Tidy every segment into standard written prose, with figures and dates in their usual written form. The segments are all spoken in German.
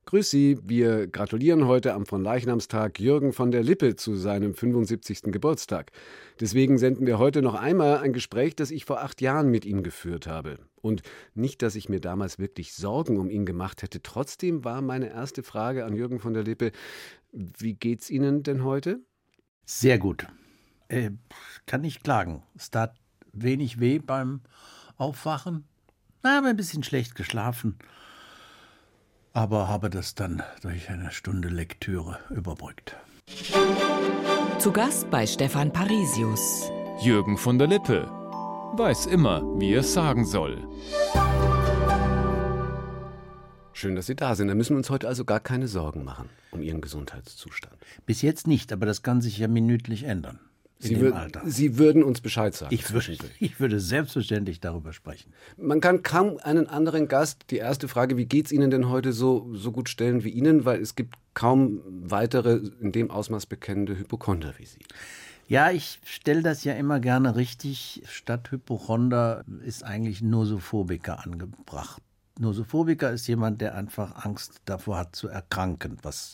Grüß Sie, wir gratulieren heute am Fronleichnamstag Jürgen von der Lippe zu seinem 75. Geburtstag. Deswegen senden wir heute noch einmal ein Gespräch, das ich vor 8 Jahren mit ihm geführt habe. Und nicht, dass ich mir damals wirklich Sorgen um ihn gemacht hätte. Trotzdem war meine erste Frage an Jürgen von der Lippe: Wie geht's Ihnen denn heute? Sehr gut. Kann nicht klagen. Es tat wenig weh beim Aufwachen. Habe ein bisschen schlecht geschlafen. Aber habe das dann durch eine Stunde Lektüre überbrückt. Zu Gast bei Stefan Parisius. Jürgen von der Lippe weiß immer, wie er es sagen soll. Schön, dass Sie da sind. Da müssen wir uns heute also gar keine Sorgen machen um Ihren Gesundheitszustand. Bis jetzt nicht, aber das kann sich ja minütlich ändern. Sie würden uns Bescheid sagen. Ich würde selbstverständlich darüber sprechen. Man kann kaum einen anderen Gast die erste Frage, wie geht's Ihnen denn heute, so gut stellen wie Ihnen, weil es gibt kaum weitere in dem Ausmaß bekennende Hypochonder wie Sie. Ja, ich stelle das ja immer gerne richtig. Statt Hypochonder ist eigentlich Nosophobiker angebracht. Nosophobiker ist jemand, der einfach Angst davor hat zu erkranken, was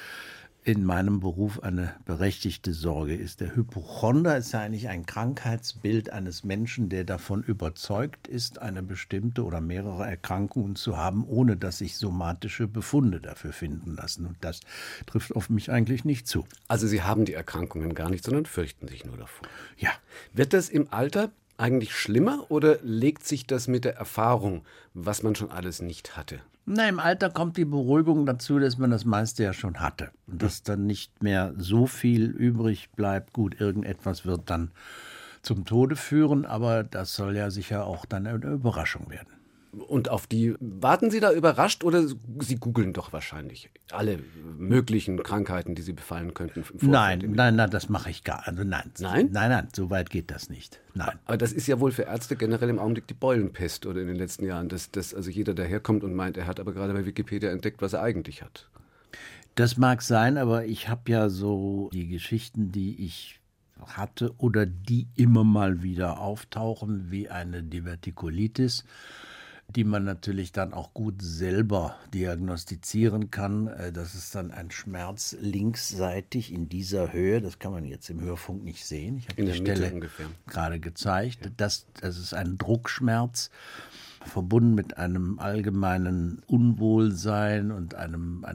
in meinem Beruf eine berechtigte Sorge ist. Der Hypochonder ist ja eigentlich ein Krankheitsbild eines Menschen, der davon überzeugt ist, eine bestimmte oder mehrere Erkrankungen zu haben, ohne dass sich somatische Befunde dafür finden lassen. Und das trifft auf mich eigentlich nicht zu. Also Sie haben die Erkrankungen gar nicht, sondern fürchten sich nur davor. Ja. Wird das im Alter eigentlich schlimmer oder legt sich das mit der Erfahrung, was man schon alles nicht hatte? Na, im Alter kommt die Beruhigung dazu, dass man das meiste ja schon hatte. Und dass dann nicht mehr so viel übrig bleibt. Gut, irgendetwas wird dann zum Tode führen, aber das soll ja sicher auch dann eine Überraschung werden. Und auf die warten Sie da überrascht oder Sie googeln doch wahrscheinlich alle möglichen Krankheiten, die Sie befallen könnten? Nein, das mache ich gar nicht. Also nein, so weit geht das nicht. Nein. Aber das ist ja wohl für Ärzte generell im Augenblick die Beulenpest oder in den letzten Jahren, dass also jeder daherkommt und meint, er hat aber gerade bei Wikipedia entdeckt, was er eigentlich hat. Das mag sein, aber ich habe ja so die Geschichten, die ich hatte oder die immer mal wieder auftauchen, wie eine Divertikulitis, die man natürlich dann auch gut selber diagnostizieren kann. Das ist dann ein Schmerz linksseitig in dieser Höhe. Das kann man jetzt im Hörfunk nicht sehen. Ich habe die Stelle gerade gezeigt. Ja. Das ist ein Druckschmerz, verbunden mit einem allgemeinen Unwohlsein und einem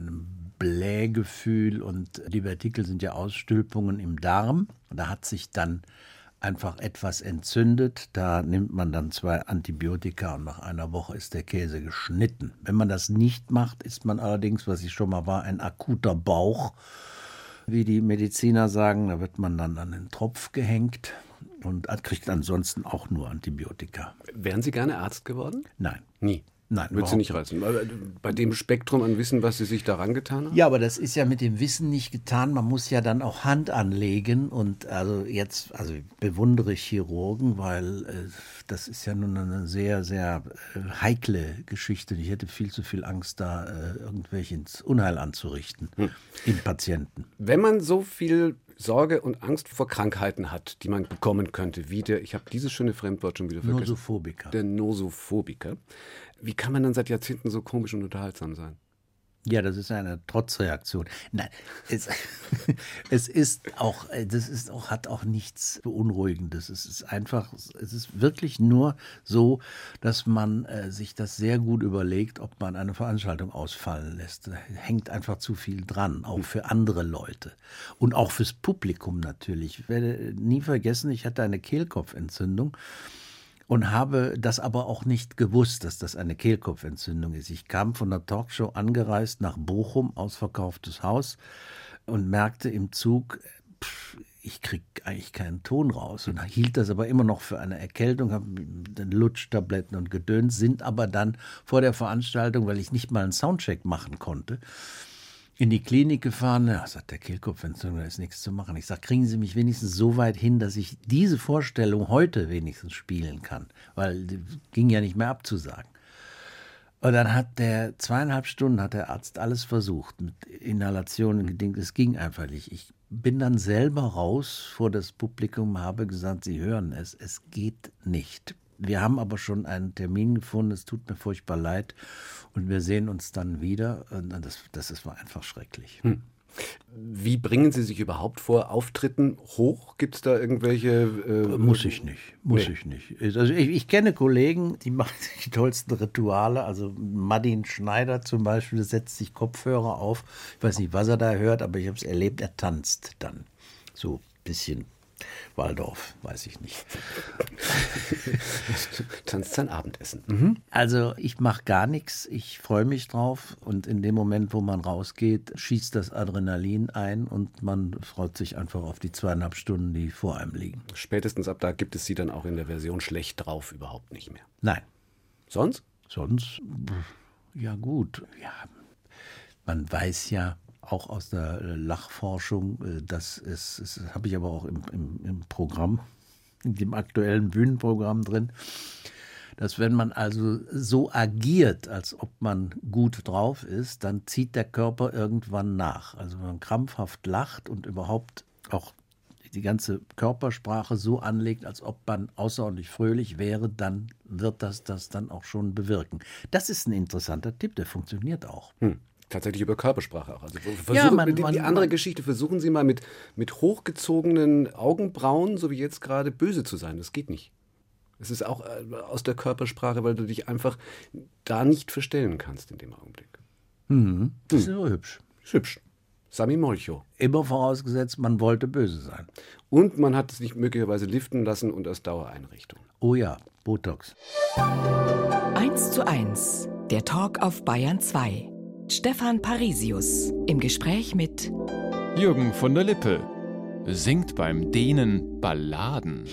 Blähgefühl. Und Divertikel sind ja Ausstülpungen im Darm. Da hat sich dann einfach etwas entzündet, da nimmt man dann 2 Antibiotika und nach einer Woche ist der Käse geschnitten. Wenn man das nicht macht, ist man allerdings, was ich schon mal war, ein akuter Bauch, wie die Mediziner sagen. Da wird man dann an den Tropf gehängt und kriegt ansonsten auch nur Antibiotika. Wären Sie gerne Arzt geworden? Nein. Nie? Nein, würde Sie nicht reizen. Bei dem Spektrum an Wissen, was Sie sich daran getan haben? Ja, aber das ist ja mit dem Wissen nicht getan. Man muss ja dann auch Hand anlegen. Und also bewundere ich Chirurgen, weil das ist ja nun eine sehr, sehr heikle Geschichte. Ich hätte viel zu viel Angst, da irgendwelches Unheil anzurichten in Patienten. Wenn man so viel Sorge und Angst vor Krankheiten hat, die man bekommen könnte, wie ich habe dieses schöne Fremdwort schon wieder vergessen. Nosophobiker. Der Nosophobiker. Wie kann man dann seit Jahrzehnten so komisch und unterhaltsam sein? Ja, das ist eine Trotzreaktion. Nein, hat auch nichts Beunruhigendes. Es ist wirklich nur so, dass man sich das sehr gut überlegt, ob man eine Veranstaltung ausfallen lässt. Da hängt einfach zu viel dran, auch für andere Leute. Und auch fürs Publikum natürlich. Ich werde nie vergessen, ich hatte eine Kehlkopfentzündung. Und habe das aber auch nicht gewusst, dass das eine Kehlkopfentzündung ist. Ich kam von der Talkshow angereist nach Bochum, ausverkauftes Haus, und merkte im Zug, ich kriege eigentlich keinen Ton raus. Und hielt das aber immer noch für eine Erkältung, habe Lutschtabletten und Gedöns, sind aber dann vor der Veranstaltung, weil ich nicht mal einen Soundcheck machen konnte, in die Klinik gefahren. Ja, sagt der Kehlkopfentzündung, da ist nichts zu machen. Ich sage, kriegen Sie mich wenigstens so weit hin, dass ich diese Vorstellung heute wenigstens spielen kann, weil die ging ja nicht mehr abzusagen. Und dann hat der 2,5 Stunden hat der Arzt alles versucht, mit Inhalationen gedingt. Es ging einfach nicht. Ich bin dann selber raus vor das Publikum, habe gesagt, Sie hören es geht nicht. Wir haben aber schon einen Termin gefunden, es tut mir furchtbar leid und wir sehen uns dann wieder. Und das war einfach schrecklich. Wie bringen Sie sich überhaupt vor Auftritten hoch? Gibt es da irgendwelche... Muss ich nicht. Also ich kenne Kollegen, die machen die tollsten Rituale. Also Martin Schneider zum Beispiel setzt sich Kopfhörer auf. Ich weiß nicht, was er da hört, aber ich habe es erlebt, er tanzt dann. So ein bisschen Waldorf, weiß ich nicht. Tanzt sein Abendessen. Also ich mache gar nichts, ich freue mich drauf und in dem Moment, wo man rausgeht, schießt das Adrenalin ein und man freut sich einfach auf die 2,5 Stunden, die vor einem liegen. Spätestens ab da gibt es Sie dann auch in der Version schlecht drauf überhaupt nicht mehr. Nein. Sonst? Sonst, ja gut. Ja, man weiß ja auch aus der Lachforschung, das habe ich aber auch im Programm, in dem aktuellen Bühnenprogramm drin, dass wenn man also so agiert, als ob man gut drauf ist, dann zieht der Körper irgendwann nach. Also wenn man krampfhaft lacht und überhaupt auch die ganze Körpersprache so anlegt, als ob man außerordentlich fröhlich wäre, dann wird das dann auch schon bewirken. Das ist ein interessanter Tipp, der funktioniert auch. Tatsächlich über Körpersprache auch. Also die andere Geschichte, versuchen Sie mal mit hochgezogenen Augenbrauen, so wie jetzt gerade, böse zu sein. Das geht nicht. Es ist auch aus der Körpersprache, weil du dich einfach da nicht verstellen kannst in dem Augenblick. Das ist aber hübsch. Ist hübsch. Sami Molcho. Immer vorausgesetzt, man wollte böse sein. Und man hat es sich möglicherweise liften lassen und aus Dauereinrichtung. Oh ja, Botox. 1:1, der Talk auf Bayern 2. Stefan Parisius im Gespräch mit Jürgen von der Lippe singt beim Dehnen Balladen.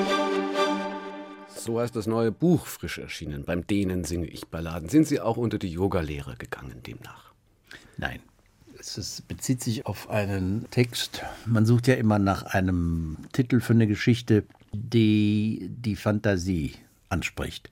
So heißt das neue Buch, frisch erschienen. Beim Dehnen singe ich Balladen. Sind Sie auch unter die Yogalehre gegangen demnach? Nein. Es bezieht sich auf einen Text. Man sucht ja immer nach einem Titel für eine Geschichte, die die Fantasie anspricht.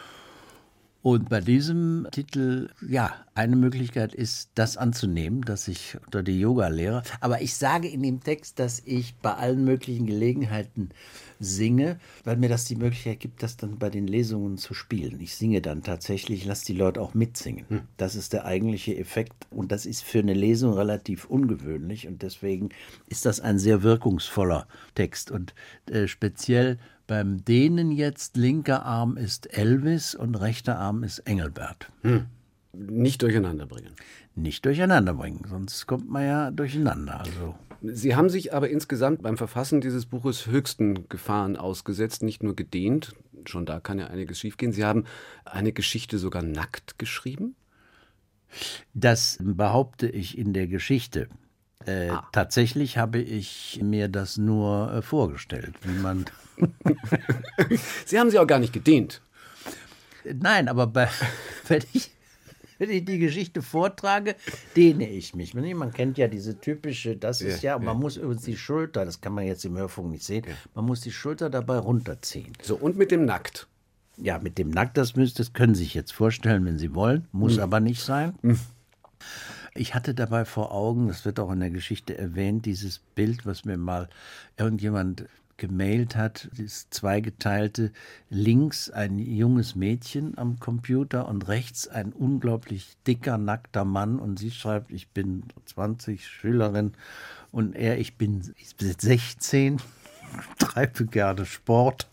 Und bei diesem Titel, ja, eine Möglichkeit ist, das anzunehmen, dass ich unter die Yoga-Lehre, aber ich sage in dem Text, dass ich bei allen möglichen Gelegenheiten singe, weil mir das die Möglichkeit gibt, das dann bei den Lesungen zu spielen. Ich singe dann tatsächlich, lasse die Leute auch mitsingen. Das ist der eigentliche Effekt und das ist für eine Lesung relativ ungewöhnlich und deswegen ist das ein sehr wirkungsvoller Text und speziell beim Dehnen jetzt, linker Arm ist Elvis und rechter Arm ist Engelbert. Nicht durcheinander bringen. Nicht durcheinander bringen, sonst kommt man ja durcheinander. Also. Sie haben sich aber insgesamt beim Verfassen dieses Buches höchsten Gefahren ausgesetzt, nicht nur gedehnt, schon da kann ja einiges schiefgehen. Sie haben eine Geschichte sogar nackt geschrieben? Das behaupte ich in der Geschichte. Tatsächlich habe ich mir das nur vorgestellt, wie man... Sie haben sie auch gar nicht gedehnt. Nein, aber wenn ich die Geschichte vortrage, dehne ich mich. Man kennt ja diese typische, man muss übrigens die Schulter, das kann man jetzt im Hörfunk nicht sehen, man muss die Schulter dabei runterziehen. So, und mit dem Nackt? Ja, mit dem Nackt, das können Sie sich jetzt vorstellen, wenn Sie wollen, muss aber nicht sein. Ich hatte dabei vor Augen, das wird auch in der Geschichte erwähnt, dieses Bild, was mir mal irgendjemand gemailt hat, das zweigeteilte, links ein junges Mädchen am Computer und rechts ein unglaublich dicker, nackter Mann und sie schreibt, ich bin 20, Schülerin und ich bin 16, treibe gerne Sport.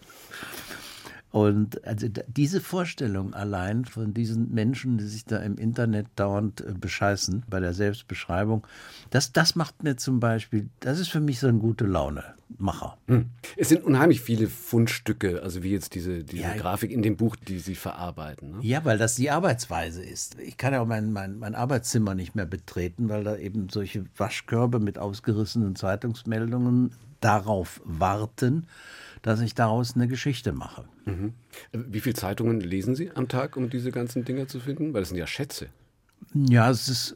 Und also diese Vorstellung allein von diesen Menschen, die sich da im Internet dauernd bescheißen bei der Selbstbeschreibung, das macht mir zum Beispiel, das ist für mich so ein gute Laune-Macher. Es sind unheimlich viele Fundstücke, also wie jetzt diese Grafik in dem Buch, die Sie verarbeiten. Ne? Ja, weil das die Arbeitsweise ist. Ich kann ja auch mein Arbeitszimmer nicht mehr betreten, weil da eben solche Waschkörbe mit ausgerissenen Zeitungsmeldungen darauf warten, dass ich daraus eine Geschichte mache. Wie viele Zeitungen lesen Sie am Tag, um diese ganzen Dinger zu finden? Weil das sind ja Schätze. Ja, es ist,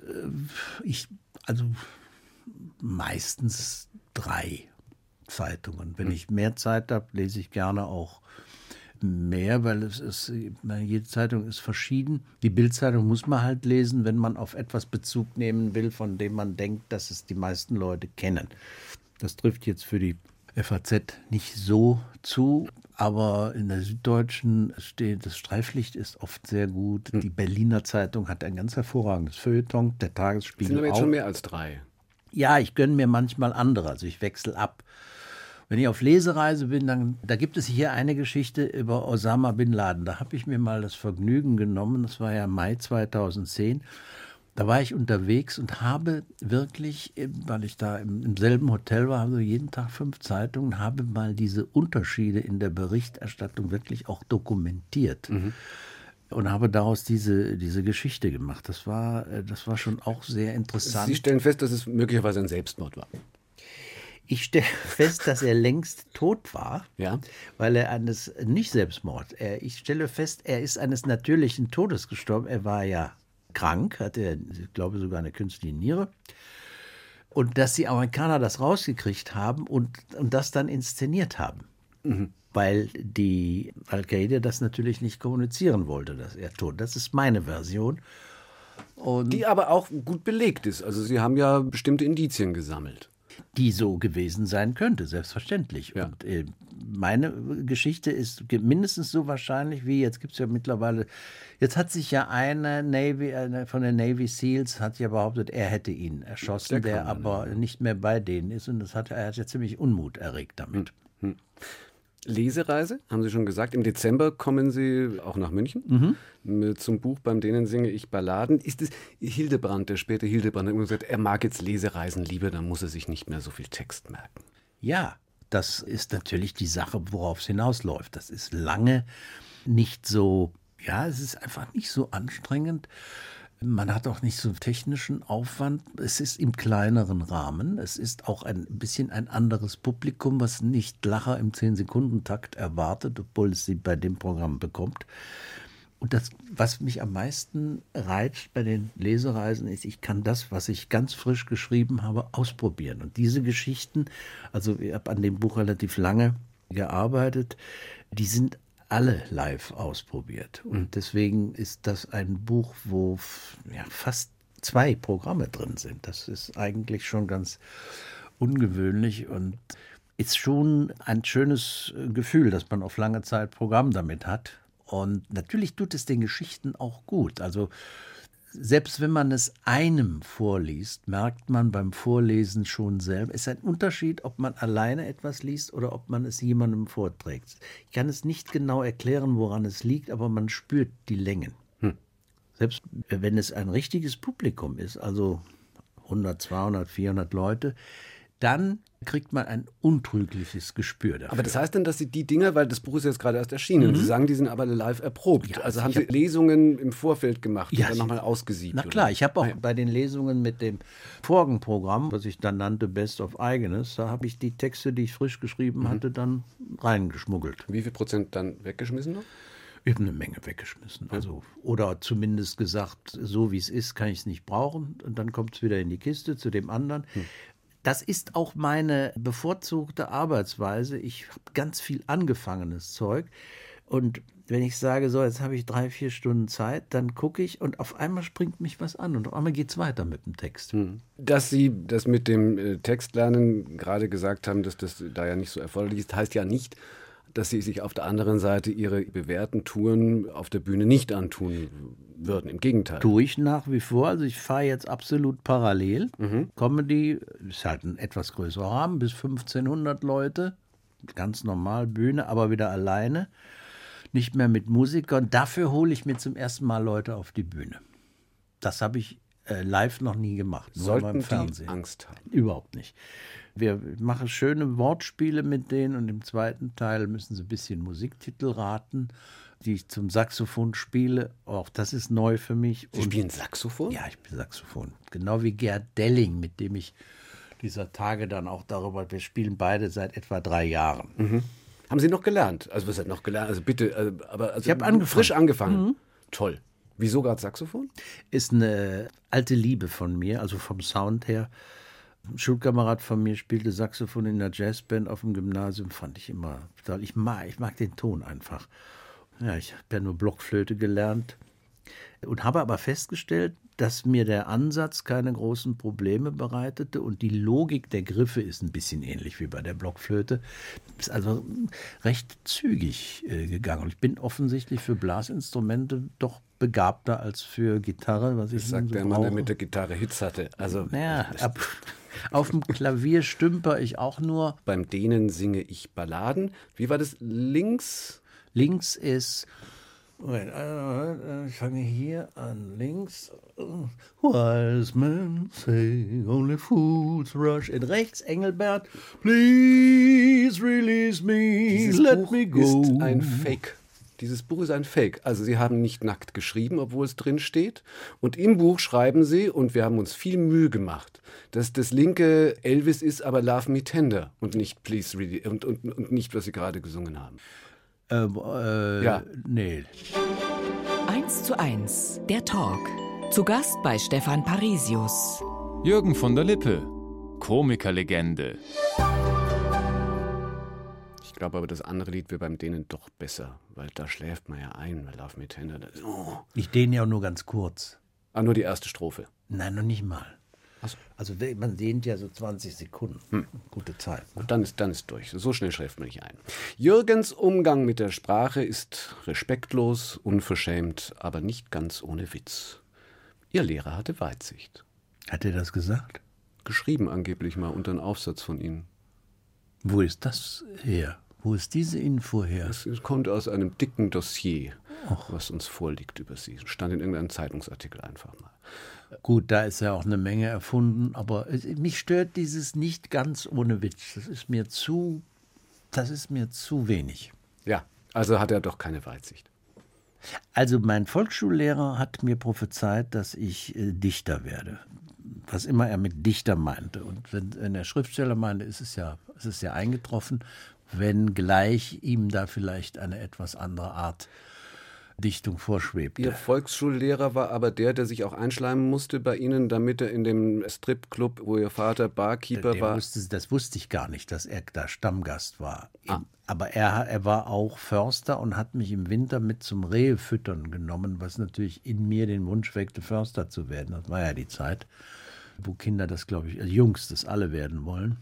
meistens 3 Zeitungen. Wenn ich mehr Zeit habe, lese ich gerne auch mehr, weil jede Zeitung ist verschieden. Die Bild-Zeitung muss man halt lesen, wenn man auf etwas Bezug nehmen will, von dem man denkt, dass es die meisten Leute kennen. Das trifft jetzt für die FAZ nicht so zu, aber in der Süddeutschen steht, das Streiflicht ist oft sehr gut. Die Berliner Zeitung hat ein ganz hervorragendes Feuilleton, der Tagesspiegel Sind aber jetzt auch. schon mehr als 3. Ja, ich gönne mir manchmal andere, also ich wechsle ab. Wenn ich auf Lesereise bin, dann da gibt es hier eine Geschichte über Osama Bin Laden. Da habe ich mir mal das Vergnügen genommen, das war ja Mai 2010. Da war ich unterwegs und habe wirklich, weil ich da im selben Hotel war, also jeden Tag 5 Zeitungen, habe mal diese Unterschiede in der Berichterstattung wirklich auch dokumentiert. Und habe daraus diese Geschichte gemacht. Das war schon auch sehr interessant. Sie stellen fest, dass es möglicherweise ein Selbstmord war. Ich stelle fest, dass er längst tot war, Ja. weil er nicht Selbstmord. Ich stelle fest, er ist eines natürlichen Todes gestorben. Er war ja krank, hatte, ich glaube, sogar eine künstliche Niere. Und dass die Amerikaner das rausgekriegt haben und das dann inszeniert haben. Weil die Al-Qaida das natürlich nicht kommunizieren wollte, dass er tot ist. Das ist meine Version. Und Die aber auch gut belegt ist. Also Sie haben ja bestimmte Indizien gesammelt. die so gewesen sein könnte, selbstverständlich. Ja. Und meine Geschichte ist mindestens so wahrscheinlich wie, jetzt gibt es ja mittlerweile, jetzt hat sich ja eine von den Navy Seals hat ja behauptet, er hätte ihn erschossen, der aber nicht mehr bei denen ist. Und er hat ja ziemlich Unmut erregt damit. Lesereise, haben Sie schon gesagt. Im Dezember kommen Sie auch nach München zum Buch Beim Dänen singe ich Balladen. Ist es Hildebrand, der späte Hildebrand, hat immer gesagt, er mag jetzt Lesereisen lieber, dann muss er sich nicht mehr so viel Text merken. Ja, das ist natürlich die Sache, worauf es hinausläuft. Das ist lange nicht so, ja, es ist einfach nicht so anstrengend. Man hat auch nicht so einen technischen Aufwand. Es ist im kleineren Rahmen. Es ist auch ein bisschen ein anderes Publikum, was nicht Lacher im 10-Sekunden-Takt erwartet, obwohl es sie bei dem Programm bekommt. Und das, was mich am meisten reizt bei den Lesereisen, ist, ich kann das, was ich ganz frisch geschrieben habe, ausprobieren. Und diese Geschichten, also ich habe an dem Buch relativ lange gearbeitet, die sind alle live ausprobiert. Und deswegen ist das ein Buch, wo fast 2 Programme drin sind. Das ist eigentlich schon ganz ungewöhnlich und ist schon ein schönes Gefühl, dass man auf lange Zeit Programm damit hat. Und natürlich tut es den Geschichten auch gut. Also selbst wenn man es einem vorliest, merkt man beim Vorlesen schon selber, es ist ein Unterschied, ob man alleine etwas liest oder ob man es jemandem vorträgt. Ich kann es nicht genau erklären, woran es liegt, aber man spürt die Längen. Selbst wenn es ein richtiges Publikum ist, also 100, 200, 400 Leute, dann kriegt man ein untrügliches Gespür dafür. Aber das heißt dann, dass Sie die Dinger, weil das Buch ist jetzt gerade erst erschienen, Sie sagen, die sind aber live erprobt. Ja, also haben Sie Lesungen im Vorfeld gemacht Ja, oder nochmal ausgesiebt? Na klar, oder? ich habe auch bei den Lesungen mit dem vorigen Programm, was ich dann nannte Best of Eigenes, da habe ich die Texte, die ich frisch geschrieben hatte, dann reingeschmuggelt. Wie viel Prozent dann weggeschmissen noch? Ich habe eine Menge weggeschmissen. Also, oder zumindest gesagt, so wie es ist, kann ich es nicht brauchen. Und dann kommt es wieder in die Kiste zu dem anderen. Das ist auch meine bevorzugte Arbeitsweise. Ich habe ganz viel angefangenes Zeug. Und wenn ich sage, so, jetzt habe ich 3, 4 Stunden Zeit, dann gucke ich und auf einmal springt mich was an und auf einmal geht es weiter mit dem Text. Dass Sie das mit dem Textlernen gerade gesagt haben, dass das da ja nicht so erforderlich ist, heißt ja nicht, dass Sie sich auf der anderen Seite Ihre bewährten Touren auf der Bühne nicht antun würden. Im Gegenteil. Tue ich nach wie vor. Also ich fahre jetzt absolut parallel. Comedy ist halt ein etwas größerer Rahmen, bis 1500 Leute. Ganz normal Bühne, aber wieder alleine. Nicht mehr mit Musikern. Dafür hole ich mir zum ersten Mal Leute auf die Bühne. Das habe ich live noch nie gemacht. Nur Sollten beim die Fernsehen. Angst haben? Überhaupt nicht. Wir machen schöne Wortspiele mit denen und im zweiten Teil müssen sie ein bisschen Musiktitel raten, die ich zum Saxophon spiele. Auch das ist neu für mich. Sie spielen Saxophon? Ja, ich spiele Saxophon. Genau wie Gerd Delling, mit dem ich dieser Tage dann auch darüber, wir spielen beide seit etwa 3 Jahren. Haben Sie noch gelernt? Also was hat noch gelernt? Also bitte, aber also Ich habe angefangen. frisch angefangen. Toll. Wieso gerade Saxophon? Ist eine alte Liebe von mir, also vom Sound her. Ein Schulkamerad von mir spielte Saxophon in der Jazzband auf dem Gymnasium, fand ich immer toll. Ich mag den Ton einfach. Ja, ich habe ja nur Blockflöte gelernt und habe aber festgestellt, dass mir der Ansatz keine großen Probleme bereitete und die Logik der Griffe ist ein bisschen ähnlich wie bei der Blockflöte. Ist also recht zügig gegangen. Und ich bin offensichtlich für Blasinstrumente doch begabter als für Gitarre, was ich Das sagt so der Mann, der brauche. mit der Gitarre Hits hatte. Also Naja, auf dem Klavier stümper ich auch nur. beim Dehnen singe ich Balladen. Wie war das? Links? Links ist, Moment, ich fange hier an, links. Wise men say only fools rush. In rechts Engelbert, please release me, Dieses let Buch me go. ist ein Fake. Dieses Buch ist ein Fake. Also sie haben nicht nackt geschrieben, obwohl es drin steht. Und im Buch schreiben sie, und wir haben uns viel Mühe gemacht, dass das linke Elvis ist, aber Love Me Tender und nicht Please Really und nicht, was sie gerade gesungen haben. Ja. Nee. 1:1, der Talk. Zu Gast bei Stefan Parisius. Jürgen von der Lippe, Komikerlegende. Ich glaube aber, das andere Lied wäre beim Dehnen doch besser, weil da schläft man ja ein, bei Love Me Tender. Ich dehne ja auch nur ganz kurz. Nur die erste Strophe. Nein, noch nicht mal. Ach so. Also man dehnt ja so 20 Sekunden. Gute Zeit. Und dann ist durch. So schnell schläft man nicht ein. Jürgens Umgang mit der Sprache ist respektlos, unverschämt, aber nicht ganz ohne Witz. Ihr Lehrer hatte Weitsicht. Hat er das gesagt? Geschrieben angeblich mal unter einen Aufsatz von Ihnen. Wo ist das her? Wo ist diese Info her? Es kommt aus einem dicken Dossier, was uns vorliegt über Sie. Stand in irgendeinem Zeitungsartikel einfach mal. Gut, da ist ja auch eine Menge erfunden, aber mich stört dieses nicht ganz ohne Witz. Das ist mir zu wenig. Ja, also hat er doch keine Weitsicht. Also mein Volksschullehrer hat mir prophezeit, dass ich Dichter werde. Was immer er mit Dichter meinte. Und wenn er Schriftsteller meinte, ist es ja eingetroffen, wenngleich ihm da vielleicht eine etwas andere Art Dichtung vorschwebte. Ihr Volksschullehrer war aber der sich auch einschleimen musste bei Ihnen, damit er in dem Stripclub, wo Ihr Vater Barkeeper war. Das wusste ich gar nicht, dass er da Stammgast war. Aber er war auch Förster und hat mich im Winter mit zum Rehefüttern genommen, was natürlich in mir den Wunsch weckte, Förster zu werden. Das war ja die Zeit, wo Kinder das, glaube ich, Jungs das alle werden wollen.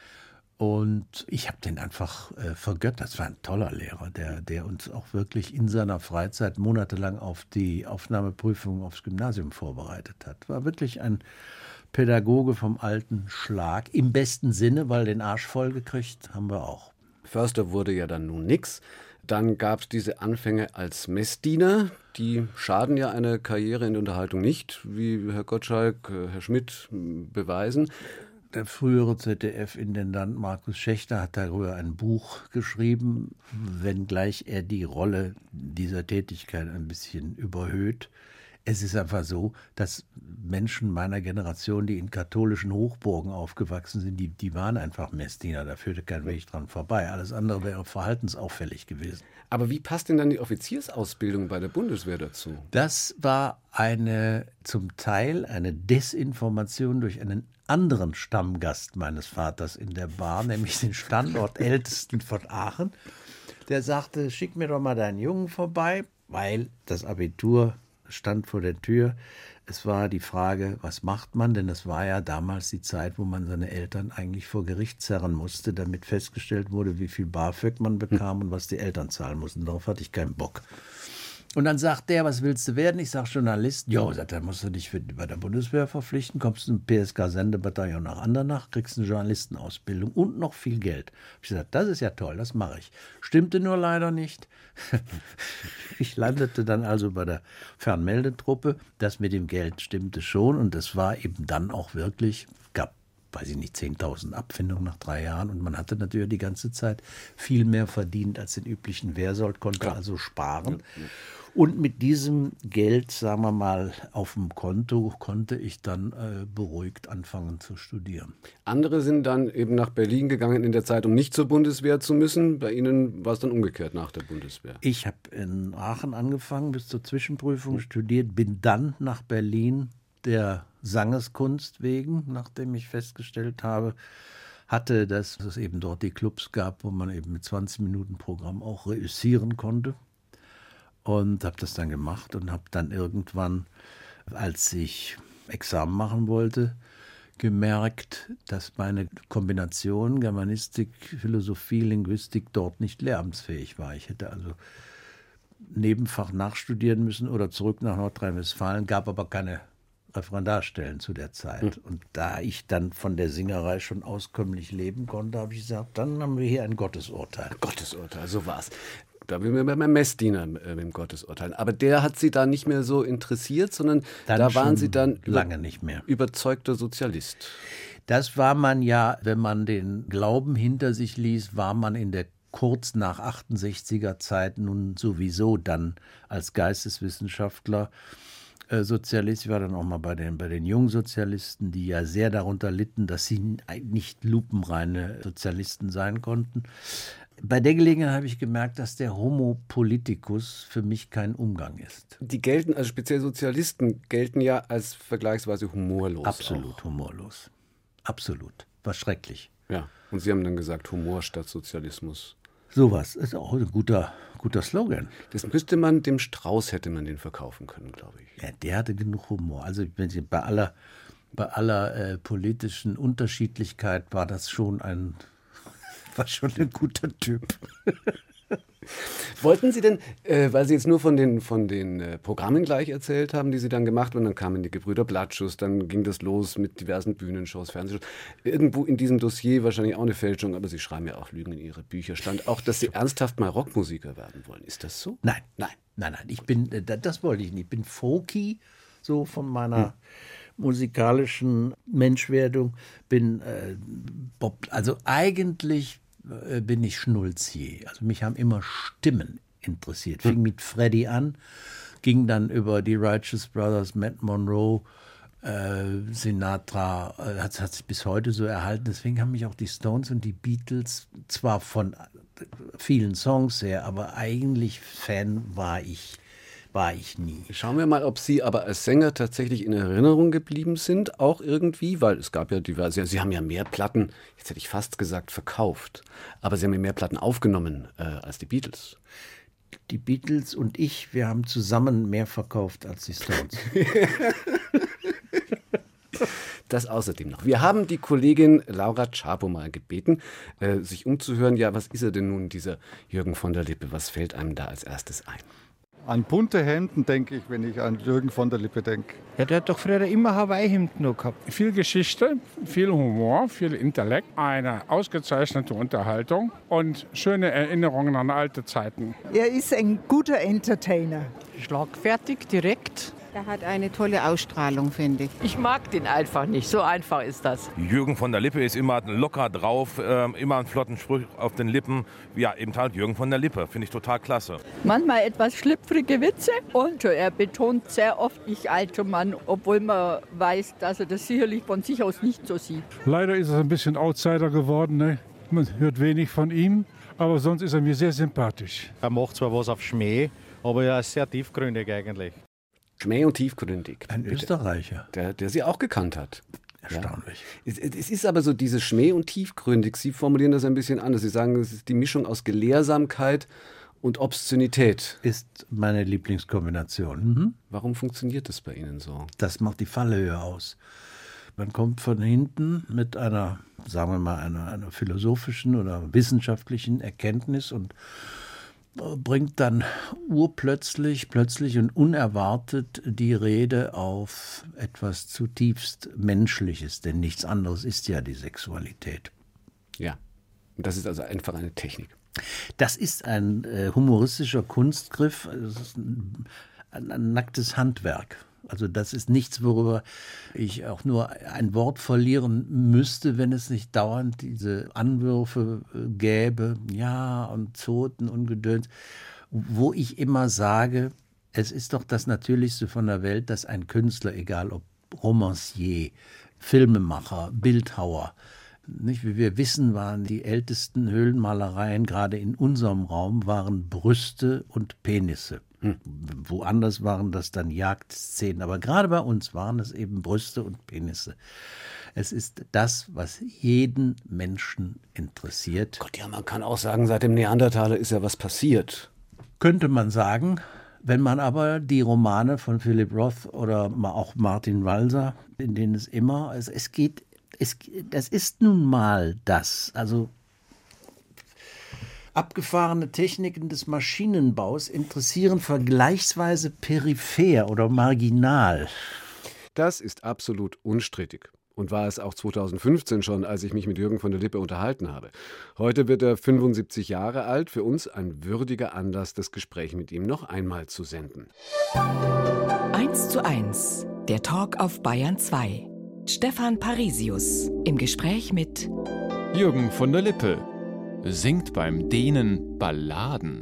Und ich habe den einfach vergöttert. Das war ein toller Lehrer, der uns auch wirklich in seiner Freizeit monatelang auf die Aufnahmeprüfung aufs Gymnasium vorbereitet hat. War wirklich ein Pädagoge vom alten Schlag, im besten Sinne, weil den Arsch voll gekriegt haben wir auch. Förster wurde ja dann nun nix. Dann gab es diese Anfänge als Messdiener. Die schaden ja einer Karriere in der Unterhaltung nicht, wie Herr Gottschalk, Herr Schmidt beweisen. Der frühere ZDF-Intendant Markus Schächter hat darüber ein Buch geschrieben, wenngleich er die Rolle dieser Tätigkeit ein bisschen überhöht. Es ist einfach so, dass Menschen meiner Generation, die in katholischen Hochburgen aufgewachsen sind, die waren einfach Messdiener, da führte kein Weg dran vorbei. Alles andere wäre verhaltensauffällig gewesen. Aber wie passt denn dann die Offiziersausbildung bei der Bundeswehr dazu? Das war zum Teil eine Desinformation durch einen anderen Stammgast meines Vaters in der Bar, nämlich den Standortältesten von Aachen. Der sagte, schick mir doch mal deinen Jungen vorbei, weil das Abitur stand vor der Tür. Es war die Frage, was macht man? Denn es war ja damals die Zeit, wo man seine Eltern eigentlich vor Gericht zerren musste, damit festgestellt wurde, wie viel BAföG man bekam und was die Eltern zahlen mussten. Darauf hatte ich keinen Bock. Und dann sagt der, was willst du werden? Ich sage Journalist. Jo, sagt er, musst du dich bei der Bundeswehr verpflichten, kommst du im PSK-Sendebataillon nach Andernach, kriegst eine Journalistenausbildung und noch viel Geld. Ich gesagt, das ist ja toll, das mache ich. Stimmte nur leider nicht. Ich landete dann also bei der Fernmeldetruppe. Das mit dem Geld stimmte schon und das war eben dann auch wirklich, gab, weiß ich nicht, 10.000 Abfindungen nach 3 Jahren und man hatte natürlich die ganze Zeit viel mehr verdient als den üblichen Wehrsold, konnte also sparen. Ja. Und mit diesem Geld, sagen wir mal, auf dem Konto konnte ich dann beruhigt anfangen zu studieren. Andere sind dann eben nach Berlin gegangen in der Zeit, um nicht zur Bundeswehr zu müssen. Bei Ihnen war es dann umgekehrt nach der Bundeswehr. Ich habe in Aachen angefangen, bis zur Zwischenprüfung studiert, bin dann nach Berlin der Sangeskunst wegen, nachdem ich festgestellt habe, dass es eben dort die Clubs gab, wo man eben mit 20 Minuten Programm auch reüssieren konnte. Und habe das dann gemacht und habe dann irgendwann als ich Examen machen wollte, gemerkt, dass meine Kombination Germanistik, Philosophie, Linguistik dort nicht lehramtsfähig war. Ich hätte also Nebenfach nachstudieren müssen oder zurück nach Nordrhein-Westfalen, gab aber keine Referendarstellen zu der Zeit. Und da ich dann von der Singerei schon auskömmlich leben konnte, habe ich gesagt, dann haben wir hier ein Gottesurteil. Gottes-Urteil, so war's. Da bin ich beim Messdiener mit dem Gottesurteil. Aber der hat Sie da nicht mehr so interessiert, sondern Dann da waren schon Sie dann lange nicht mehr. Überzeugter Sozialist. Das war man ja, wenn man den Glauben hinter sich ließ, war man in der kurz nach 68er Zeit nun sowieso dann als Geisteswissenschaftler Sozialist. Ich war dann auch mal bei den Jungsozialisten, die ja sehr darunter litten, dass sie nicht lupenreine Sozialisten sein konnten. Bei der Gelegenheit habe ich gemerkt, dass der Homo politicus für mich kein Umgang ist. Die gelten, also speziell Sozialisten, gelten ja als vergleichsweise humorlos. Absolut auch. humorlos. Absolut. War schrecklich. Ja, und Sie haben dann gesagt, Humor statt Sozialismus. Sowas ist auch ein guter Slogan. Das müsste man, dem Strauß hätte man den verkaufen können, glaube ich. Ja, der hatte genug Humor. Also bei aller politischen Unterschiedlichkeit war das schon ein guter Typ. Wollten Sie denn, weil Sie jetzt nur von den Programmen gleich erzählt haben, die Sie dann gemacht haben, und dann kamen die Gebrüder Blattschuss, dann ging das los mit diversen Bühnenshows, Fernsehshows. Irgendwo in diesem Dossier wahrscheinlich auch eine Fälschung, aber Sie schreiben ja auch Lügen in Ihre Bücher. Stand auch, dass Sie ernsthaft mal Rockmusiker werden wollen. Ist das so? Nein. Das wollte ich nicht. Ich bin folky, so von meiner musikalischen Menschwerdung. Bin Bob, also eigentlich bin ich Schnulzier. Also mich haben immer Stimmen interessiert. Fing mit Freddie an, ging dann über die Righteous Brothers, Matt Monroe, Sinatra, hat sich bis heute so erhalten. Deswegen haben mich auch die Stones und die Beatles, zwar von vielen Songs her, aber eigentlich Fan war ich nie. Schauen wir mal, ob Sie aber als Sänger tatsächlich in Erinnerung geblieben sind, auch irgendwie, weil es gab ja diverse, Sie haben ja mehr Platten, jetzt hätte ich fast gesagt, verkauft, aber Sie haben ja mehr Platten aufgenommen als die Beatles. Die Beatles und ich, wir haben zusammen mehr verkauft als die Stones. Das außerdem noch. Wir haben die Kollegin Laura Czapo mal gebeten, sich umzuhören, ja, was ist er denn nun, dieser Jürgen von der Lippe, was fällt einem da als erstes ein? An bunte Hemden denke ich, wenn ich an Jürgen von der Lippe denke. Ja, der hat doch früher immer Hawaii-Hemden noch gehabt. Viel Geschichte, viel Humor, viel Intellekt, eine ausgezeichnete Unterhaltung und schöne Erinnerungen an alte Zeiten. Er ist ein guter Entertainer. Schlagfertig, direkt. Er hat eine tolle Ausstrahlung, finde ich. Ich mag den einfach nicht, so einfach ist das. Jürgen von der Lippe ist immer locker drauf, immer einen flotten Spruch auf den Lippen. Ja, eben halt Jürgen von der Lippe, finde ich total klasse. Manchmal etwas schlüpfrige Witze und er betont sehr oft, ich alter Mann, obwohl man weiß, dass er das sicherlich von sich aus nicht so sieht. Leider ist er ein bisschen Outsider geworden, ne? Man hört wenig von ihm, aber sonst ist er mir sehr sympathisch. Er macht zwar was auf Schmäh, aber er ist sehr tiefgründig eigentlich. Schmäh und tiefgründig. Ein Österreicher. Der Sie auch gekannt hat. Erstaunlich. Ja. Es ist aber so dieses Schmäh und tiefgründig. Sie formulieren das ein bisschen anders. Sie sagen, es ist die Mischung aus Gelehrsamkeit und Obszönität. Ist meine Lieblingskombination. Warum funktioniert das bei Ihnen so? Das macht die Fallhöhe aus. Man kommt von hinten mit einer, sagen wir mal, einer philosophischen oder wissenschaftlichen Erkenntnis und bringt dann plötzlich und unerwartet die Rede auf etwas zutiefst Menschliches, denn nichts anderes ist ja die Sexualität. Ja, und das ist also einfach eine Technik. Das ist ein humoristischer Kunstgriff, das ist ein nacktes Handwerk. Also das ist nichts, worüber ich auch nur ein Wort verlieren müsste, wenn es nicht dauernd diese Anwürfe gäbe, ja, und Zoten und Gedöns, wo ich immer sage, es ist doch das Natürlichste von der Welt, dass ein Künstler, egal ob Romancier, Filmemacher, Bildhauer, nicht, wie wir wissen, waren die ältesten Höhlenmalereien, gerade in unserem Raum, waren Brüste und Penisse. Woanders waren das dann Jagdszenen, aber gerade bei uns waren es eben Brüste und Penisse. Es ist das, was jeden Menschen interessiert. Gott, ja, man kann auch sagen, seit dem Neandertaler ist ja was passiert. Könnte man sagen, Wenn man aber die Romane von Philip Roth oder auch Martin Walser, in denen das ist nun mal das, also abgefahrene Techniken des Maschinenbaus interessieren vergleichsweise peripher oder marginal. Das ist absolut unstrittig. Und war es auch 2015 schon, als ich mich mit Jürgen von der Lippe unterhalten habe. Heute wird er 75 Jahre alt. Für uns ein würdiger Anlass, das Gespräch mit ihm noch einmal zu senden. 1:1, der Talk auf Bayern 2. Stefan Parisius im Gespräch mit Jürgen von der Lippe singt beim Dänen Balladen.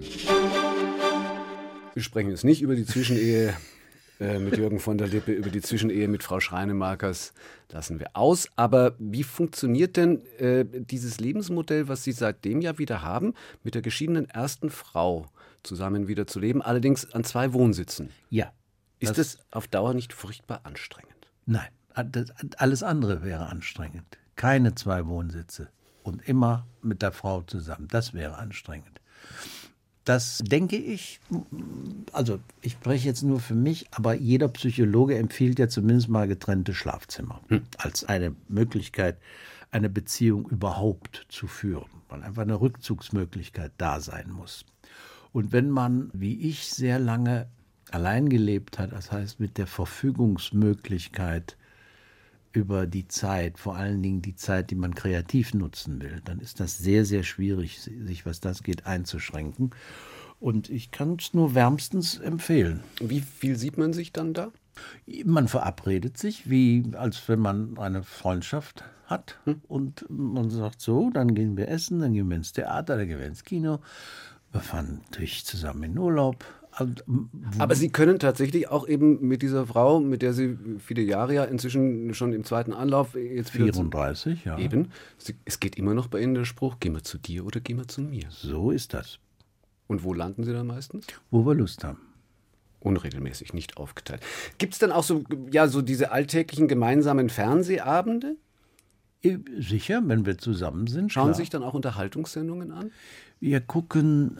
Wir sprechen jetzt nicht über die Zwischenehe mit Jürgen von der Lippe, über die Zwischenehe mit Frau Schreinemakers lassen wir aus. Aber wie funktioniert denn dieses Lebensmodell, was Sie seitdem ja wieder haben, mit der geschiedenen ersten Frau zusammen wieder zu leben, allerdings an 2 Wohnsitzen? Ja. Ist das auf Dauer nicht furchtbar anstrengend? Nein, alles andere wäre anstrengend. Keine 2 Wohnsitze und immer mit der Frau zusammen. Das wäre anstrengend. Das denke ich, also ich spreche jetzt nur für mich, aber jeder Psychologe empfiehlt ja zumindest mal getrennte Schlafzimmer als eine Möglichkeit, eine Beziehung überhaupt zu führen, weil einfach eine Rückzugsmöglichkeit da sein muss. Und wenn man, wie ich, sehr lange allein gelebt hat, das heißt mit der Verfügungsmöglichkeit über die Zeit, vor allen Dingen die Zeit, die man kreativ nutzen will, dann ist das sehr, sehr schwierig, sich, was das geht, einzuschränken. Und ich kann es nur wärmstens empfehlen. Wie viel sieht man sich dann da? Man verabredet sich, wie als wenn man eine Freundschaft hat. Und man sagt so, dann gehen wir essen, dann gehen wir ins Theater, dann gehen wir ins Kino. Wir fahren natürlich zusammen in Urlaub. Aber Sie können tatsächlich auch eben mit dieser Frau, mit der Sie viele Jahre ja inzwischen schon im zweiten Anlauf jetzt 34, ja. Eben. Es geht immer noch bei Ihnen der Spruch, gehen wir zu dir oder gehen wir zu mir. So ist das. Und wo landen Sie dann meistens? Wo wir Lust haben. Unregelmäßig, nicht aufgeteilt. Gibt es dann auch so diese alltäglichen gemeinsamen Fernsehabende? Sicher, wenn wir zusammen sind. Schauen Sie sich dann auch Unterhaltungssendungen an? Wir gucken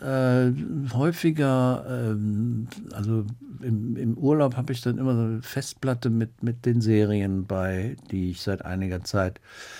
häufiger, also im Urlaub habe ich dann immer so eine Festplatte mit den Serien bei, die ich seit einiger Zeit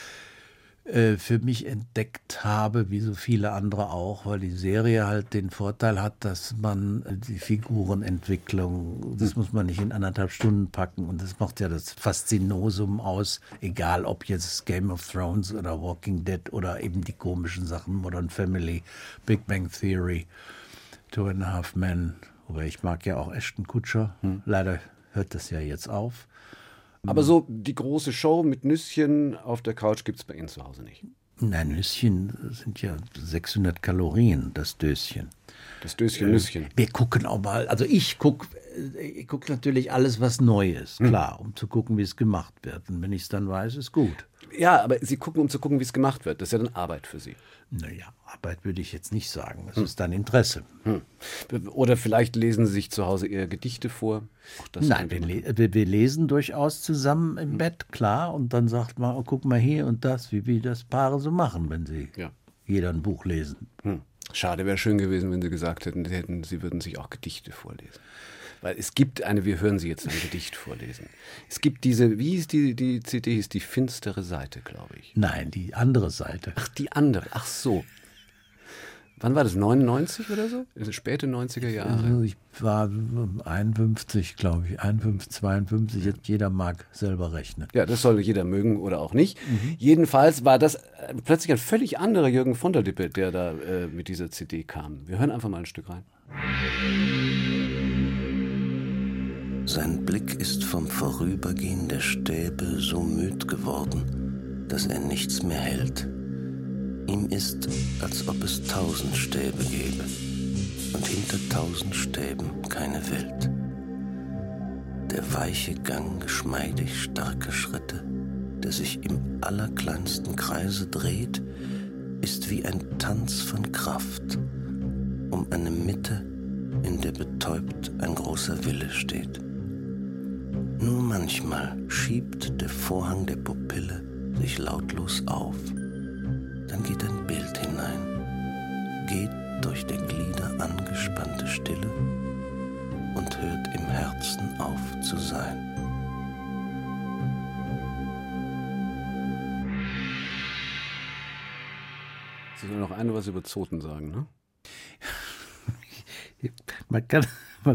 für mich entdeckt habe, wie so viele andere auch, weil die Serie halt den Vorteil hat, dass man die Figurenentwicklung, das muss man nicht in 1,5 Stunden packen und das macht ja das Faszinosum aus, egal ob jetzt Game of Thrones oder Walking Dead oder eben die komischen Sachen, Modern Family, Big Bang Theory, 2.5 Men, wobei ich mag ja auch Ashton Kutcher, leider hört das ja jetzt auf. Aber so die große Show mit Nüsschen auf der Couch gibt es bei Ihnen zu Hause nicht? Nein, Nüsschen sind ja 600 Kalorien, das Döschen. Das Döschen Nüsschen. Wir gucken auch mal, also ich gucke natürlich alles, was neu ist, klar, um zu gucken, wie es gemacht wird. Und wenn ich es dann weiß, ist gut. Ja, aber Sie gucken, um zu gucken, wie es gemacht wird. Das ist ja dann Arbeit für Sie. Naja, Arbeit würde ich jetzt nicht sagen. Das ist dann Interesse. Oder vielleicht lesen Sie sich zu Hause eher Gedichte vor? Nein, wir lesen durchaus zusammen im Bett, klar. Und dann sagt man, oh, guck mal hier und das, wie das Paare so machen, wenn sie jeder ein Buch lesen. Schade, wäre schön gewesen, wenn Sie gesagt hätten, Sie würden sich auch Gedichte vorlesen. Weil es gibt wir hören Sie jetzt ein Gedicht vorlesen. Es gibt diese, wie hieß die CD, ist die finstere Seite, glaube ich. Nein, die andere Seite. Ach, die andere, ach so. Wann war das, 99 oder so? Späte 90er Jahre? Also ich war 51, glaube ich, 51, 52, jetzt jeder mag selber rechnen. Ja, das soll jeder mögen oder auch nicht. Jedenfalls war das plötzlich ein völlig anderer Jürgen von der Lippe, der da mit dieser CD kam. Wir hören einfach mal ein Stück rein. Sein Blick ist vom Vorübergehen der Stäbe so müd geworden, dass er nichts mehr hält. Ihm ist, als ob es 1000 Stäbe gäbe und hinter 1000 Stäben keine Welt. Der weiche Gang, geschmeidig starke Schritte, der sich im allerkleinsten Kreise dreht, ist wie ein Tanz von Kraft, um eine Mitte, in der betäubt ein großer Wille steht. Nur manchmal schiebt der Vorhang der Pupille sich lautlos auf. Dann geht ein Bild hinein, geht durch der Glieder angespannte Stille und hört im Herzen auf zu sein. Sie sollen noch was über Zoten sagen, ne? Man kann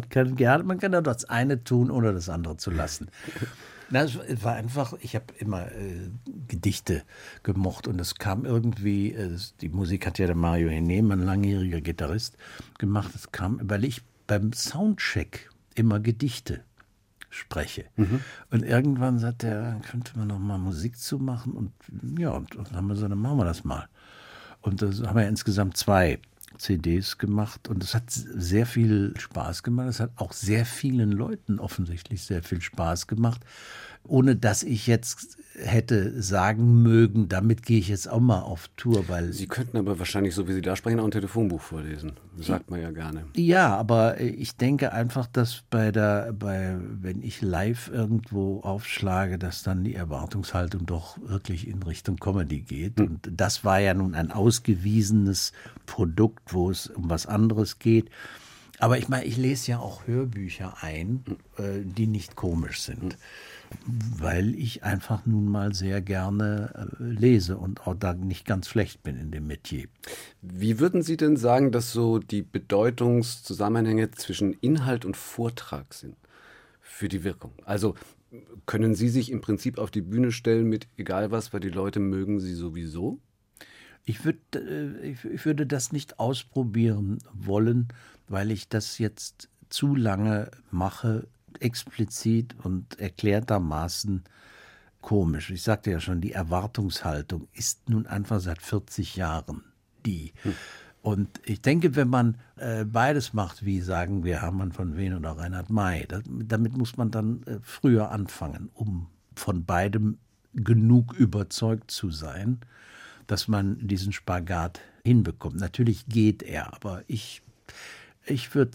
ja das eine tun, ohne das andere zu lassen. Na, es war einfach, ich habe immer Gedichte gemocht und es kam irgendwie, die Musik hat ja der Mario Henem, ein langjähriger Gitarrist, gemacht. Es kam, weil ich beim Soundcheck immer Gedichte spreche. Und irgendwann sagt er, könnte man noch mal Musik zu machen und ja, und dann haben wir gesagt, dann machen wir das mal. Und das haben wir insgesamt 2 CDs gemacht und es hat sehr viel Spaß gemacht. Es hat auch sehr vielen Leuten offensichtlich sehr viel Spaß gemacht, ohne dass ich jetzt hätte sagen mögen, damit gehe ich jetzt auch mal auf Tour, weil... Sie könnten aber wahrscheinlich, so wie Sie da sprechen, auch ein Telefonbuch vorlesen. Das sagt man ja gerne. Ja, aber ich denke einfach, dass wenn ich live irgendwo aufschlage, dass dann die Erwartungshaltung doch wirklich in Richtung Comedy geht. Und das war ja nun ein ausgewiesenes Produkt, wo es um was anderes geht. Aber ich meine, ich lese ja auch Hörbücher ein, die nicht komisch sind, weil ich einfach nun mal sehr gerne lese und auch da nicht ganz schlecht bin in dem Metier. Wie würden Sie denn sagen, dass so die Bedeutungszusammenhänge zwischen Inhalt und Vortrag sind für die Wirkung? Also können Sie sich im Prinzip auf die Bühne stellen mit egal was, weil die Leute mögen Sie sowieso? Ich würde das nicht ausprobieren wollen, weil ich das jetzt zu lange mache, explizit und erklärtermaßen komisch. Ich sagte ja schon, die Erwartungshaltung ist nun einfach seit 40 Jahren die. Und ich denke, wenn man beides macht, wie sagen wir Hermann von Veen oder Reinhard May, damit muss man dann früher anfangen, um von beidem genug überzeugt zu sein, dass man diesen Spagat hinbekommt. Natürlich geht er, aber ich würde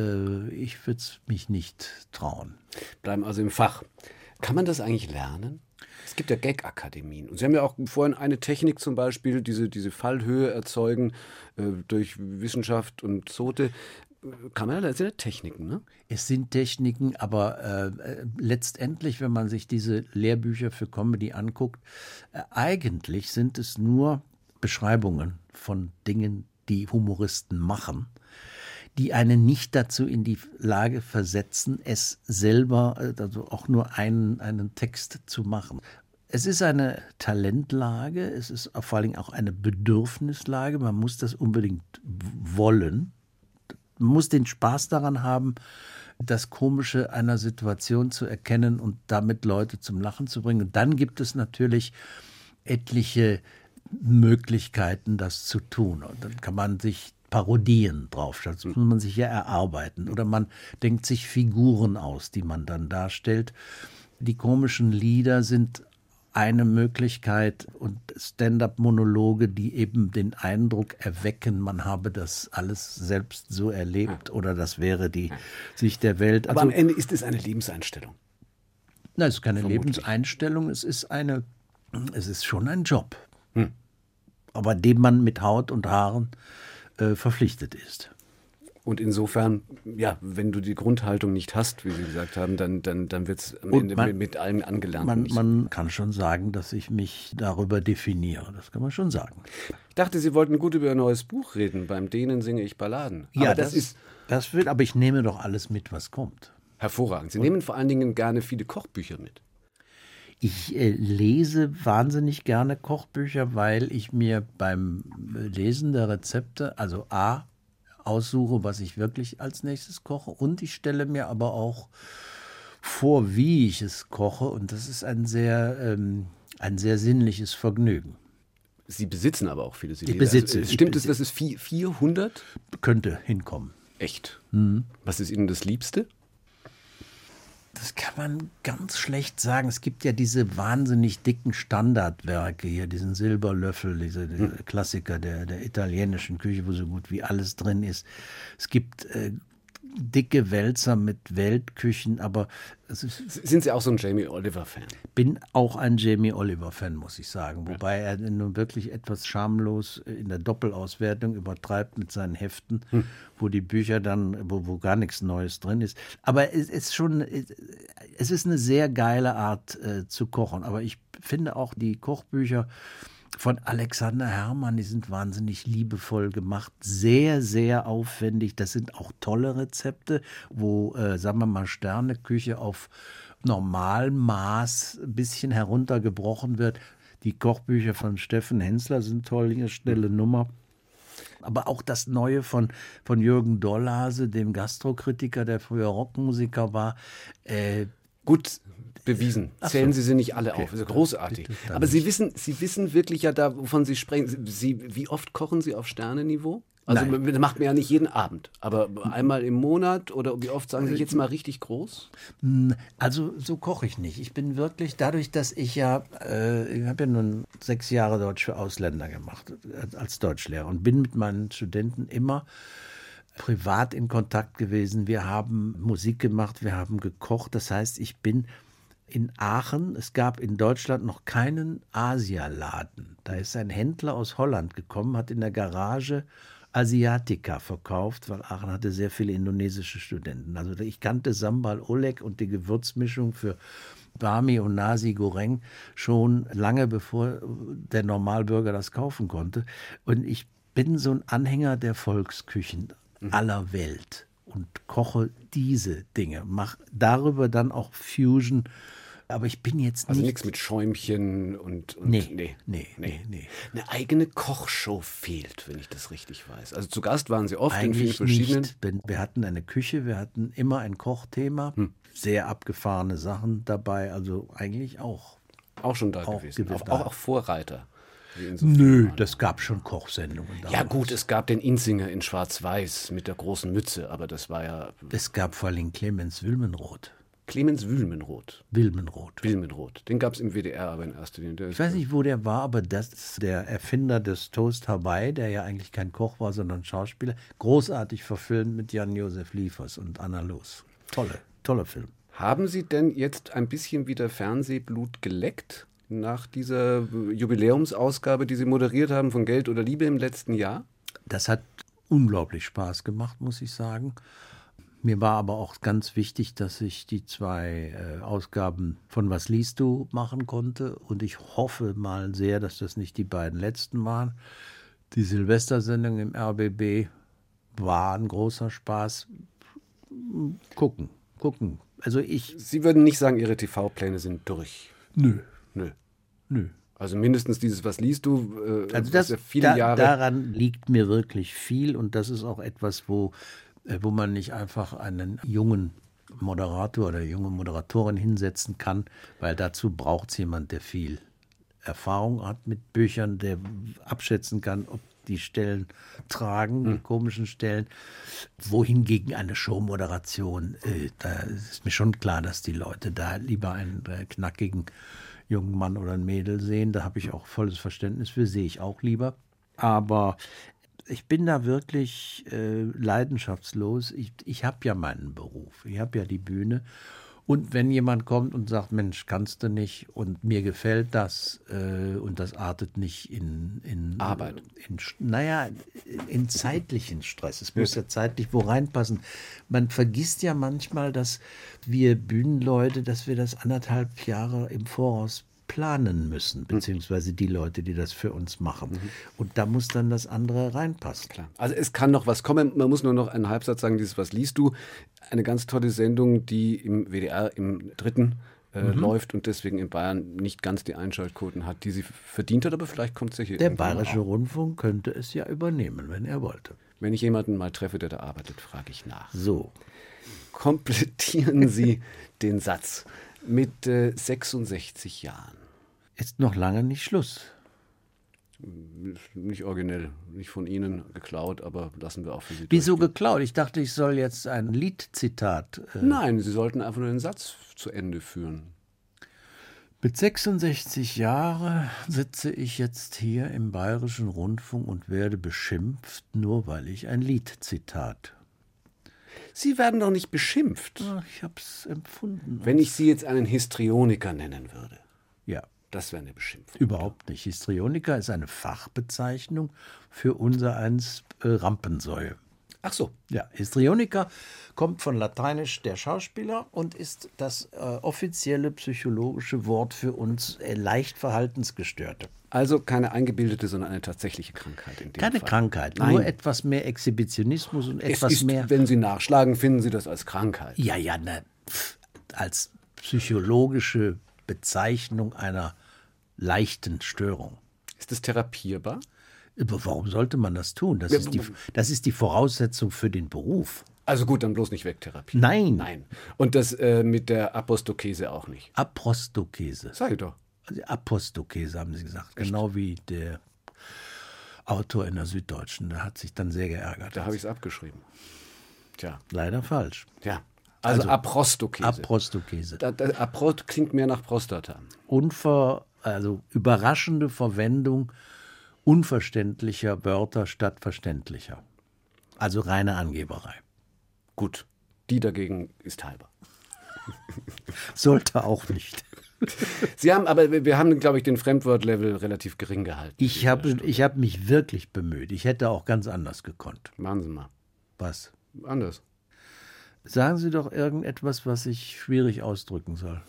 es mich nicht trauen. Bleiben also im Fach. Kann man das eigentlich lernen? Es gibt ja Gag-Akademien. Und Sie haben ja auch vorhin eine Technik zum Beispiel, diese Fallhöhe erzeugen durch Wissenschaft und Zote. Das sind ja Techniken, ne? Es sind Techniken, aber letztendlich, wenn man sich diese Lehrbücher für Comedy anguckt, eigentlich sind es nur Beschreibungen von Dingen, die Humoristen machen, die einen nicht dazu in die Lage versetzen, es selber, also auch nur einen Text zu machen. Es ist eine Talentlage, es ist vor allem auch eine Bedürfnislage, man muss das unbedingt wollen. Man muss den Spaß daran haben, das Komische einer Situation zu erkennen und damit Leute zum Lachen zu bringen. Und dann gibt es natürlich etliche Möglichkeiten, das zu tun. Und dann kann man sich Parodien draufstellen. Das muss man sich ja erarbeiten. Oder man denkt sich Figuren aus, die man dann darstellt. Die komischen Lieder sind eine Möglichkeit und Stand-up-Monologe, die eben den Eindruck erwecken, man habe das alles selbst so erlebt oder das wäre die Sicht der Welt. Aber am Ende ist es eine Lebenseinstellung. Nein, es ist keine Lebenseinstellung, es ist schon ein Job, aber dem man mit Haut und Haaren verpflichtet ist. Und insofern, ja, wenn du die Grundhaltung nicht hast, wie Sie gesagt haben, dann wird es am Ende mit allem angelernt. Man kann schon sagen, dass ich mich darüber definiere. Das kann man schon sagen. Ich dachte, Sie wollten gut über ein neues Buch reden. Beim Denen singe ich Balladen. Ja, aber ich nehme doch alles mit, was kommt. Hervorragend. Sie nehmen vor allen Dingen gerne viele Kochbücher mit. Ich lese wahnsinnig gerne Kochbücher, weil ich mir beim Lesen der Rezepte, also aussuche, was ich wirklich als nächstes koche, und ich stelle mir aber auch vor, wie ich es koche, und das ist ein sehr sinnliches Vergnügen. Sie besitzen aber auch viele. Ich besitze. Stimmt es, dass es 400? Könnte hinkommen. Echt? Was ist Ihnen das Liebste? Das kann man ganz schlecht sagen. Es gibt ja diese wahnsinnig dicken Standardwerke hier, diesen Silberlöffel, diese Klassiker der italienischen Küche, wo so gut wie alles drin ist. Es gibt dicke Wälzer mit Weltküchen, aber sind Sie auch so ein Jamie Oliver-Fan? Bin auch ein Jamie Oliver-Fan, muss ich sagen. Wobei er nun wirklich etwas schamlos in der Doppelauswertung übertreibt mit seinen Heften, wo die Bücher dann, wo gar nichts Neues drin ist. Aber es ist eine sehr geile Art zu kochen. Aber ich finde auch die Kochbücher von Alexander Herrmann, die sind wahnsinnig liebevoll gemacht, sehr, sehr aufwendig. Das sind auch tolle Rezepte, wo, sagen wir mal, Sterneküche auf Normalmaß ein bisschen heruntergebrochen wird. Die Kochbücher von Steffen Hensler sind toll, hier schnelle Nummer. Aber auch das Neue von Jürgen Dollhase, dem Gastrokritiker, der früher Rockmusiker war. Gut bewiesen. Zählen Sie nicht alle auf. Das ist großartig. Aber Sie wissen wirklich ja da, wovon Sie sprechen. Wie oft kochen Sie auf Sterneniveau? Also das macht man ja nicht jeden Abend, aber einmal im Monat oder wie oft sagen Sie jetzt mal richtig groß? Also so koche ich nicht. Ich bin wirklich, dadurch, dass ich habe ja nun 6 Jahre Deutsch für Ausländer gemacht als Deutschlehrer und bin mit meinen Studenten immer privat in Kontakt gewesen. Wir haben Musik gemacht, wir haben gekocht. Das heißt, ich bin in Aachen, es gab in Deutschland noch keinen Asialaden. Da ist ein Händler aus Holland gekommen, hat in der Garage Asiatica verkauft, weil Aachen hatte sehr viele indonesische Studenten. Also ich kannte Sambal Oleg und die Gewürzmischung für Bami und Nasi Goreng schon lange bevor der Normalbürger das kaufen konnte. Und ich bin so ein Anhänger der Volksküchen aller Welt und koche diese Dinge, mache darüber dann auch Fusion. Aber ich bin jetzt nicht... Also nichts mit Schäumchen und Nee. Eine eigene Kochshow fehlt, wenn ich das richtig weiß. Also zu Gast waren Sie oft eigentlich in vielen verschiedenen... Nicht. Wir hatten eine Küche, wir hatten immer ein Kochthema, sehr abgefahrene Sachen dabei, also eigentlich auch. Auch schon da gewesen, auch Vorreiter. Nö, das gab schon Kochsendungen damals. Ja gut, es gab den Insinger in Schwarz-Weiß mit der großen Mütze, aber das war ja... Es gab vor allem Clemens Wilmenroth. Clemens Wilmenroth. Wilmenroth. Den gab es im WDR aber in erster Linie. Ich weiß nicht, wo der war, aber das ist der Erfinder des Toast Hawaii, der ja eigentlich kein Koch war, sondern Schauspieler. Großartig verfilmt mit Jan-Josef Liefers und Anna Loos. Toller Film. Haben Sie denn jetzt ein bisschen wieder Fernsehblut geleckt nach dieser Jubiläumsausgabe, die Sie moderiert haben von Geld oder Liebe im letzten Jahr? Das hat unglaublich Spaß gemacht, muss ich sagen. Mir war aber auch ganz wichtig, dass ich die 2 Ausgaben von Was liest du machen konnte. Und ich hoffe mal sehr, dass das nicht die beiden letzten waren. Die Silvestersendung im RBB war ein großer Spaß. Gucken. Also Sie würden nicht sagen, Ihre TV-Pläne sind durch? Nö. Also mindestens dieses Was liest du? Also das ja viele Jahre. Daran liegt mir wirklich viel. Und das ist auch etwas, wo man nicht einfach einen jungen Moderator oder junge Moderatorin hinsetzen kann, weil dazu braucht es jemand, der viel Erfahrung hat mit Büchern, der abschätzen kann, ob die Stellen tragen, die komischen Stellen. Wohingegen eine Showmoderation, da ist mir schon klar, dass die Leute da lieber einen knackigen jungen Mann oder ein Mädel sehen. Da habe ich auch volles Verständnis für, sehe ich auch lieber. Aber ich bin da wirklich leidenschaftslos. Ich habe ja meinen Beruf, ich habe ja die Bühne. Und wenn jemand kommt und sagt, Mensch, kannst du nicht und mir gefällt das und das artet nicht in Arbeit. In zeitlichen Stress. Es muss ja zeitlich wo reinpassen. Man vergisst ja manchmal, dass wir Bühnenleute, dass wir das 1,5 Jahre im Voraus planen müssen, beziehungsweise die Leute, die das für uns machen. Und da muss dann das andere reinpassen. Klar. Also es kann noch was kommen. Man muss nur noch einen Halbsatz sagen, dieses Was liest du? Eine ganz tolle Sendung, die im WDR im 3. läuft und deswegen in Bayern nicht ganz die Einschaltquoten hat, die sie verdient hat, aber vielleicht kommt es ja hier. Der Bayerische Rundfunk könnte es ja übernehmen, wenn er wollte. Wenn ich jemanden mal treffe, der da arbeitet, frage ich nach. So. Komplettieren Sie den Satz mit 66 Jahren. Ist noch lange nicht Schluss. Nicht originell, nicht von Ihnen geklaut, aber lassen wir auch für Sie. Wieso geklaut? Ich dachte, ich soll jetzt ein Liedzitat. Nein, Sie sollten einfach nur den Satz zu Ende führen. Mit 66 Jahren sitze ich jetzt hier im Bayerischen Rundfunk und werde beschimpft, nur weil ich ein Liedzitat. Sie werden doch nicht beschimpft. Ach, ich habe es empfunden. Wenn ich Sie jetzt einen Histrioniker nennen würde. Ja. Das wäre eine Beschimpfung. Überhaupt nicht. Histrioniker ist eine Fachbezeichnung für unsereins Rampensäue. Ach so. Ja, Histrioniker kommt von Lateinisch der Schauspieler und ist das offizielle psychologische Wort für uns leicht Verhaltensgestörte. Also keine eingebildete, sondern eine tatsächliche Krankheit in dem Keine Fall. Krankheit, Nein. nur etwas mehr Exhibitionismus und etwas es ist, mehr. Wenn Sie nachschlagen, finden Sie das als Krankheit. Ja, als psychologische Bezeichnung einer leichten Störung. Ist das therapierbar? Aber warum sollte man das tun? Das ist die Voraussetzung für den Beruf. Also gut, dann bloß nicht Wegtherapie. Nein. Und das mit der Apostokese auch nicht? Aprostokese. Sag ich doch. Also Apostokese haben Sie gesagt. Echt? Genau wie der Autor in der Süddeutschen. Der hat sich dann sehr geärgert. Da habe ich es abgeschrieben. Tja. Leider falsch. Ja. Also Aprostokese. Aprostokese. Aprost klingt mehr nach Prostata. Also überraschende Verwendung unverständlicher Wörter statt verständlicher. Also reine Angeberei. Gut, die dagegen ist halber. Sollte auch nicht. Wir haben, glaube ich, den Fremdwortlevel relativ gering gehalten. Ich habe mich wirklich bemüht. Ich hätte auch ganz anders gekonnt. Machen Sie mal. Was? Anders. Sagen Sie doch irgendetwas, was ich schwierig ausdrücken soll.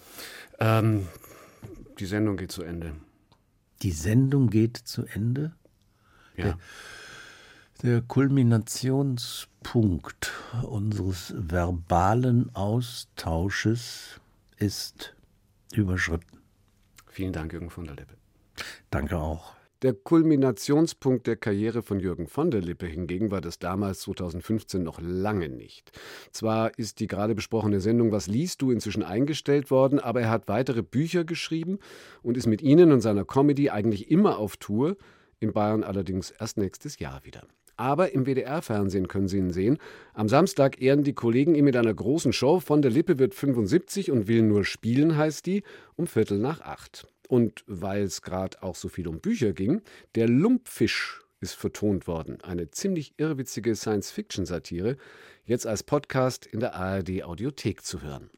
Die Sendung geht zu Ende. Die Sendung geht zu Ende? Ja. Der Kulminationspunkt unseres verbalen Austausches ist überschritten. Vielen Dank, Jürgen von der Lippe. Danke auch. Der Kulminationspunkt der Karriere von Jürgen von der Lippe hingegen war das damals 2015 noch lange nicht. Zwar ist die gerade besprochene Sendung Was liest du inzwischen eingestellt worden, aber er hat weitere Bücher geschrieben und ist mit ihnen und seiner Comedy eigentlich immer auf Tour, in Bayern allerdings erst nächstes Jahr wieder. Aber im WDR-Fernsehen können Sie ihn sehen. Am Samstag ehren die Kollegen ihn mit einer großen Show. Von der Lippe wird 75 und will nur spielen, heißt die, um 7:45. Und weil es gerade auch so viel um Bücher ging, der Lumpfisch ist vertont worden. Eine ziemlich irrwitzige Science-Fiction-Satire, jetzt als Podcast in der ARD-Audiothek zu hören.